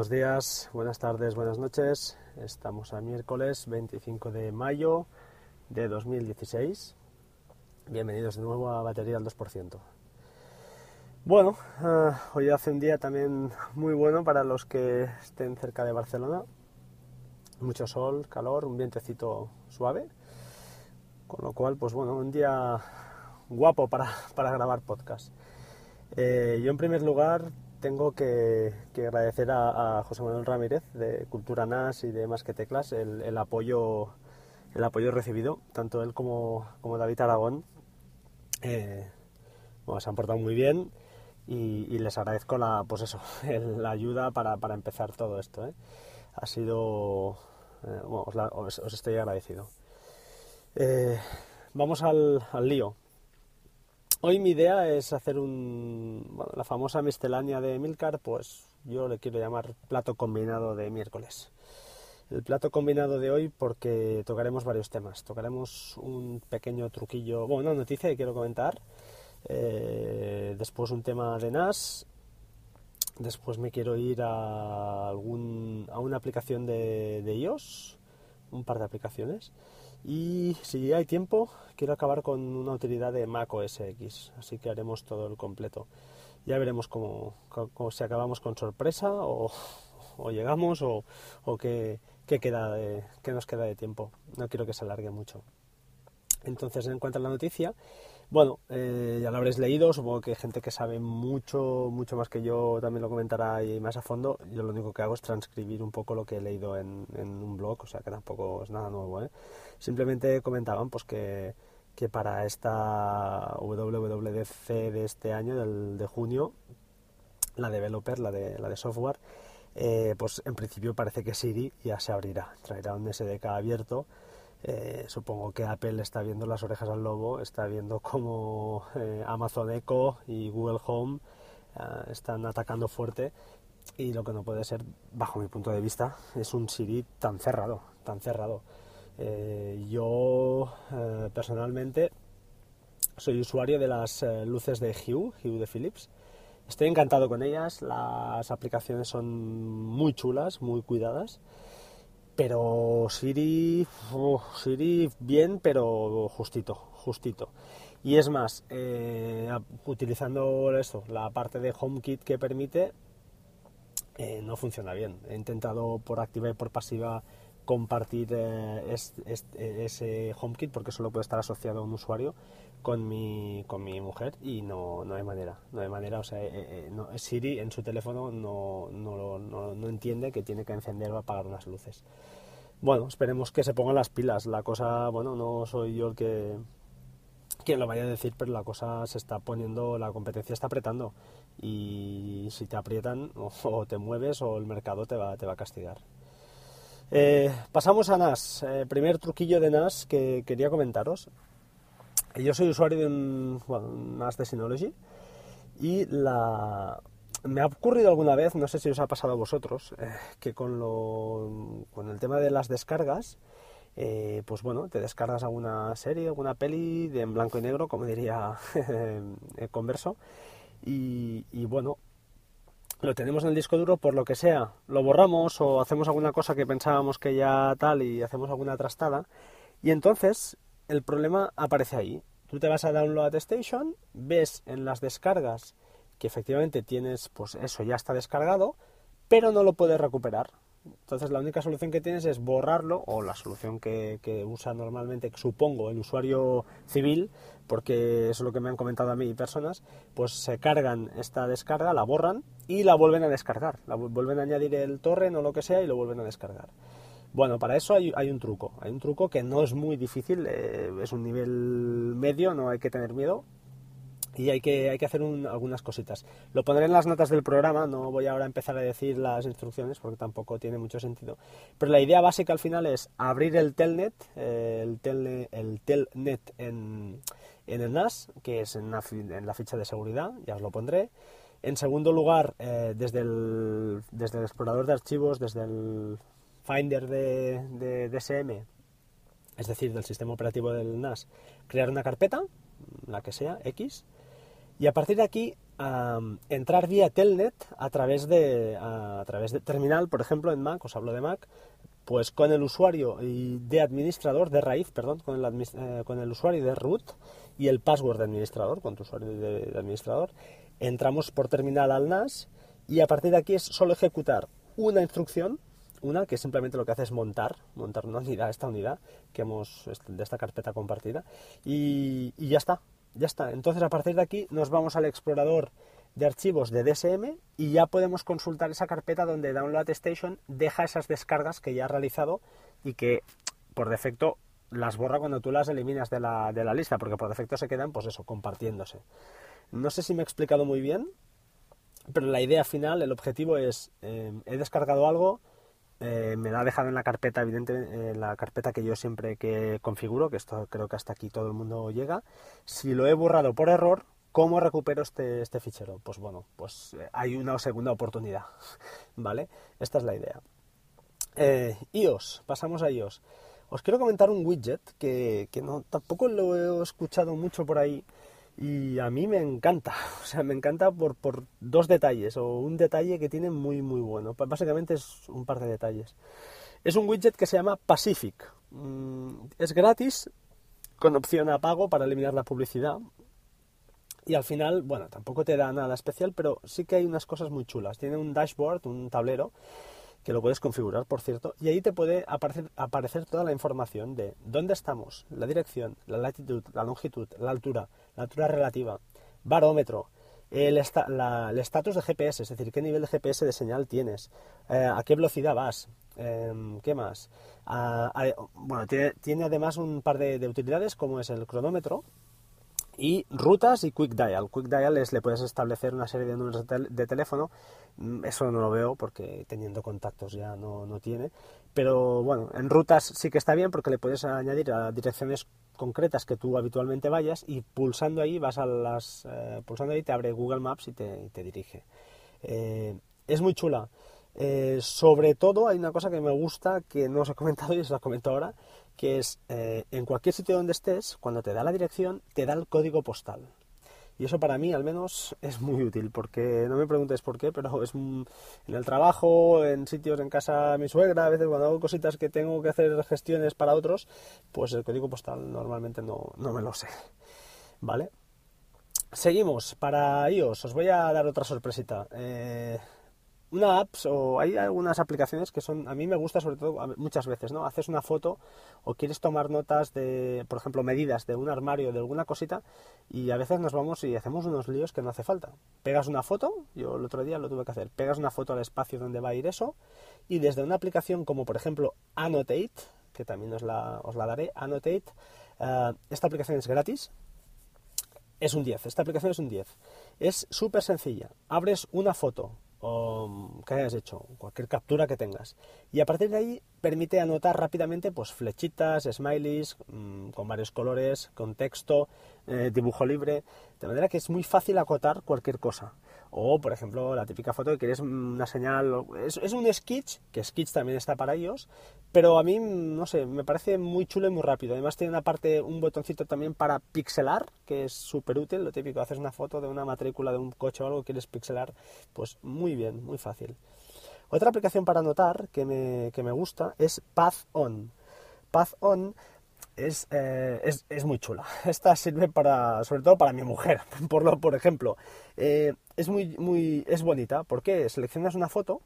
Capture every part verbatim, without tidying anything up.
buenos días, buenas tardes, buenas noches. Estamos a miércoles veinticinco de mayo de dos mil dieciséis. Bienvenidos de nuevo a Batería al dos por ciento. Bueno, uh, hoy hace un día también muy bueno para los que estén cerca de Barcelona. Mucho sol, calor, un vientecito suave. Con lo cual, pues bueno, un día guapo para, para grabar podcast. Eh, yo en primer lugar tengo que, que agradecer a, a José Manuel Ramírez de Cultura N A S y de Más que Teclas el, el apoyo el apoyo recibido, tanto él como, como David Aragón. Eh, bueno, se han portado muy bien y, y les agradezco la, pues eso, el, la ayuda para, para empezar todo esto. ¿eh? Ha sido... Eh, bueno, os, la, os, os estoy agradecido. Eh, vamos al, al lío. Hoy mi idea es hacer un, bueno, la famosa miscelánea de Milcar, pues yo le quiero llamar plato combinado de miércoles. El plato combinado de hoy porque tocaremos varios temas. Tocaremos un pequeño truquillo, bueno, una noticia que quiero comentar, eh, después un tema de N A S, después me quiero ir a, algún, a una aplicación de, de iOS, un par de aplicaciones. Y si hay tiempo, quiero acabar con una utilidad de Mac O S X, así que haremos todo el completo. Ya veremos cómo, cómo si acabamos con sorpresa o, o llegamos o, o qué, qué, queda de, qué nos queda de tiempo. No quiero que se alargue mucho. Entonces, en cuanto a la noticia, bueno, eh, ya lo habréis leído, supongo que gente que sabe mucho, mucho más que yo también lo comentará y más a fondo. Yo lo único que hago es transcribir un poco lo que he leído en, en un blog, o sea que tampoco es nada nuevo, ¿eh? Simplemente comentaban pues que, que para esta W W D C de este año, del, de junio, la developer, la de, la de software, eh, pues en principio parece que Siri ya se abrirá, traerá un S D K abierto. Eh, supongo que Apple está viendo las orejas al lobo, está viendo cómo eh, Amazon Echo y Google Home eh, están atacando fuerte, y lo que no puede ser, bajo mi punto de vista, es un Siri tan cerrado, tan cerrado. Eh, yo eh, personalmente soy usuario de las eh, luces de Hue, Hue de Philips. Estoy encantado con ellas, las aplicaciones son muy chulas, muy cuidadas. Pero Siri, uh, Siri bien, pero justito, justito. Y es más, eh, utilizando esto, la parte de HomeKit que permite, eh, no funciona bien. He intentado por activa y por pasiva compartir eh, es, es, ese HomeKit, porque solo puede estar asociado a un usuario, con mi, con mi mujer, y no, no hay manera, no hay manera, o sea, eh, eh, no, Siri en su teléfono no, no, no, no entiende que tiene que encender o apagar unas luces. Bueno, esperemos que se pongan las pilas. La cosa, bueno, no soy yo el que quien lo vaya a decir, pero la cosa se está poniendo, la competencia está apretando, y si te aprietan o, o te mueves o el mercado te va, te va a castigar. Eh, pasamos a N A S. Eh, primer truquillo de N A S que quería comentaros. Yo soy usuario de un, bueno, un N A S de Synology, y la... me ha ocurrido alguna vez, no sé si os ha pasado a vosotros, eh, que con, lo, con el tema de las descargas, eh, pues bueno, te descargas alguna serie, alguna peli de en blanco y negro, como diría el converso, y, y bueno, lo tenemos en el disco duro por lo que sea, lo borramos o hacemos alguna cosa que pensábamos que ya tal y hacemos alguna trastada, y entonces el problema aparece ahí. Tú te vas a Download Station, ves en las descargas que efectivamente tienes, pues eso ya está descargado, pero no lo puedes recuperar. Entonces la única solución que tienes es borrarlo, o la solución que, que usa normalmente, supongo, el usuario civil, porque eso es lo que me han comentado a mí personas, pues se cargan esta descarga, la borran y la vuelven a descargar, la vuelven a añadir el torrent o lo que sea y lo vuelven a descargar. Bueno, para eso hay, hay un truco, hay un truco que no es muy difícil, eh, es un nivel medio, no hay que tener miedo. Y hay que, hay que hacer un, algunas cositas. Lo pondré en las notas del programa, no voy ahora a empezar a decir las instrucciones porque tampoco tiene mucho sentido. Pero la idea básica al final es abrir el telnet, eh, el, telnet el telnet en, en el N A S, que es en la, en la ficha de seguridad, ya os lo pondré. En segundo lugar, eh, desde, el, desde el explorador de archivos, desde el Finder de, de D S M, es decir, del sistema operativo del N A S, crear una carpeta, la que sea, X. Y a partir de aquí um, entrar vía Telnet a través de a, a través de terminal, por ejemplo, en Mac, os hablo de Mac, pues con el usuario y de administrador, de raíz, perdón, con el, eh, con el usuario de root y el password de administrador, con tu usuario de, de administrador, entramos por terminal al N A S y a partir de aquí es solo ejecutar una instrucción, una que simplemente lo que hace es montar, montar una unidad, esta unidad que hemos, de esta carpeta compartida, y, y ya está, ya está. Entonces a partir de aquí nos vamos al explorador de archivos de D S M y ya podemos consultar esa carpeta donde Download Station deja esas descargas que ya ha realizado y que por defecto las borra cuando tú las eliminas de la, de la lista, porque por defecto se quedan, pues eso, compartiéndose. No sé si me he explicado muy bien, pero la idea final, el objetivo es, eh, he descargado algo, eh, me la ha dejado en la carpeta, evidentemente, en la carpeta que yo siempre que configuro, que esto creo que hasta aquí todo el mundo llega. Si lo he borrado por error, ¿cómo recupero este, este fichero? Pues bueno, pues eh, hay una segunda oportunidad, ¿vale? Esta es la idea. Eh, iOS, pasamos a iOS. Os quiero comentar un widget que, que no, tampoco lo he escuchado mucho por ahí y a mí me encanta. O sea, me encanta por, por dos detalles, o un detalle que tiene muy muy bueno. Básicamente es un par de detalles. Es un widget que se llama Pacific. Es gratis, con opción a pago para eliminar la publicidad. Y al final, bueno, tampoco te da nada especial, pero sí que hay unas cosas muy chulas. Tiene un dashboard, un tablero, que lo puedes configurar, por cierto, y ahí te puede aparecer, aparecer toda la información de dónde estamos, la dirección, la latitud, la longitud, la altura, la altura relativa, barómetro, el estatus la, el estatus de G P S, es decir, qué nivel de G P S de señal tienes, eh, a qué velocidad vas, eh, qué más. A, a, bueno, tiene, tiene además un par de, de utilidades, como es el cronómetro, y rutas y Quick Dial. Quick Dial es, le puedes establecer una serie de números de, tel de teléfono. Eso no lo veo porque teniendo contactos ya no, no tiene. Pero bueno, en rutas sí que está bien porque le puedes añadir a direcciones concretas que tú habitualmente vayas y pulsando ahí vas a las eh, pulsando ahí te abre Google Maps y te, y te dirige. Eh, es muy chula. Eh, sobre todo hay una cosa que me gusta que no os he comentado y os la comento ahora, que es eh, en cualquier sitio donde estés, cuando te da la dirección, te da el código postal. Y eso para mí al menos es muy útil, porque no me preguntes por qué, pero es en el trabajo, en sitios, en casa de mi suegra, a veces cuando hago cositas que tengo que hacer gestiones para otros, pues el código postal normalmente no, no me lo sé, ¿vale? Seguimos, para iOS, os voy a dar otra sorpresita. Eh... Una apps o hay algunas aplicaciones que son, a mí me gusta sobre todo muchas veces, ¿no? Haces una foto o quieres tomar notas de, por ejemplo, medidas de un armario, de alguna cosita, y a veces nos vamos y hacemos unos líos que no hace falta. Pegas una foto, yo el otro día lo tuve que hacer, pegas una foto al espacio donde va a ir eso, y desde una aplicación como por ejemplo Annotate, que también os la, os la daré, Annotate, uh, esta aplicación es gratis. Es un diez, esta aplicación es un diez. Es súper sencilla. Abres una foto o que hayas hecho, cualquier captura que tengas, y a partir de ahí permite anotar rápidamente pues flechitas, smileys, mmm, con varios colores, con texto, eh, dibujo libre, de manera que es muy fácil acotar cualquier cosa. O, por ejemplo, la típica foto que quieres una señal, es, es un Sketch, que Sketch también está para ellos, pero a mí, no sé, me parece muy chulo y muy rápido. Además tiene una parte, un botoncito también para pixelar, que es súper útil, lo típico, haces una foto de una matrícula de un coche o algo que quieres pixelar, pues muy bien, muy fácil. Otra aplicación para anotar que me, que me gusta es PathOn. PathOn es, eh, es, es muy chula. Esta sirve para, sobre todo para mi mujer, por, lo, por ejemplo. Eh, es, muy, muy, es bonita porque seleccionas una foto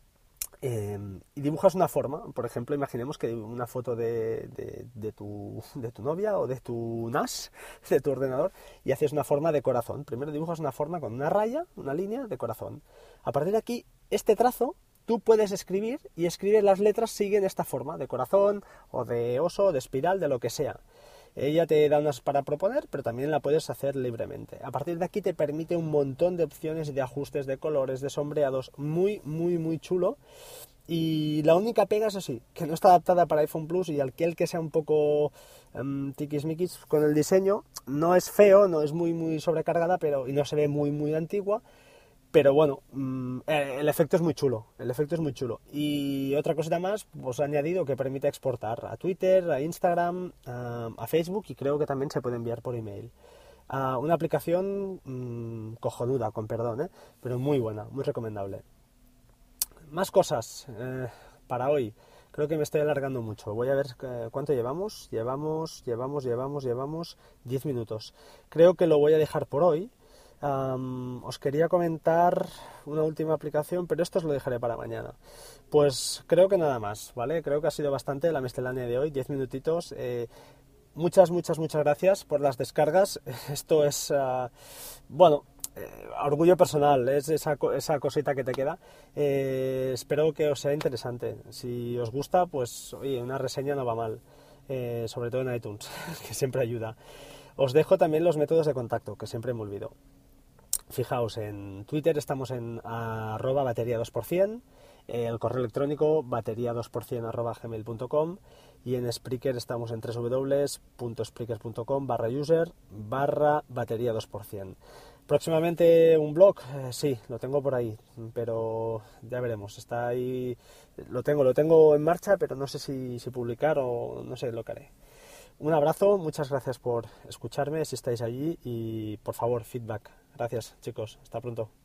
eh, y dibujas una forma. Por ejemplo, imaginemos que una foto de, de, de, tu, de tu novia o de tu N A S, de tu ordenador, y haces una forma de corazón. Primero dibujas una forma con una raya, una línea de corazón. A partir de aquí, este trazo tú puedes escribir y escribir las letras siguen esta forma, de corazón o de oso, de espiral, de lo que sea. Ella te da unas para proponer, pero también la puedes hacer libremente. A partir de aquí te permite un montón de opciones y de ajustes de colores, de sombreados, muy, muy, muy chulo. Y la única pega es así, que no está adaptada para iPhone Plus y aquel que sea un poco um, tiquismiquis con el diseño, no es feo, no es muy, muy sobrecargada, pero y no se ve muy, muy antigua. Pero bueno, el efecto es muy chulo, el efecto es muy chulo. Y otra cosita más, os he añadido que permite exportar a Twitter, a Instagram, a, a Facebook y creo que también se puede enviar por email. Uh, una aplicación mmm, cojonuda, con perdón, ¿eh? Pero muy buena, muy recomendable. Más cosas eh, para hoy. Creo que me estoy alargando mucho. Voy a ver eh, cuánto llevamos. Llevamos, llevamos, llevamos, llevamos diez minutos. Creo que lo voy a dejar por hoy. Um, os quería comentar una última aplicación, pero esto os lo dejaré para mañana. Pues creo que nada más, ¿vale? Creo que ha sido bastante la miscelánea de hoy, diez minutitos. Eh, muchas, muchas, muchas gracias por las descargas. Esto es, uh, bueno... Eh, orgullo personal, es esa, esa cosita que te queda. Eh, espero que os sea interesante. Si os gusta, pues oye, una reseña no va mal, eh, sobre todo en iTunes, que siempre ayuda. Os dejo también los métodos de contacto, que siempre me olvido. Fijaos, en Twitter estamos en arroba batería dos por ciento, el correo electrónico batería dos por ciento arroba gmail punto com, y en Spreaker estamos en www punto spreaker punto com barra user barra batería dos por ciento. Próximamente un blog, eh, sí, lo tengo por ahí, pero ya veremos, está ahí, lo tengo, lo tengo en marcha, pero no sé si, si publicar o no sé lo que haré. Un abrazo, muchas gracias por escucharme si estáis allí y por favor, feedback. Gracias chicos, hasta pronto.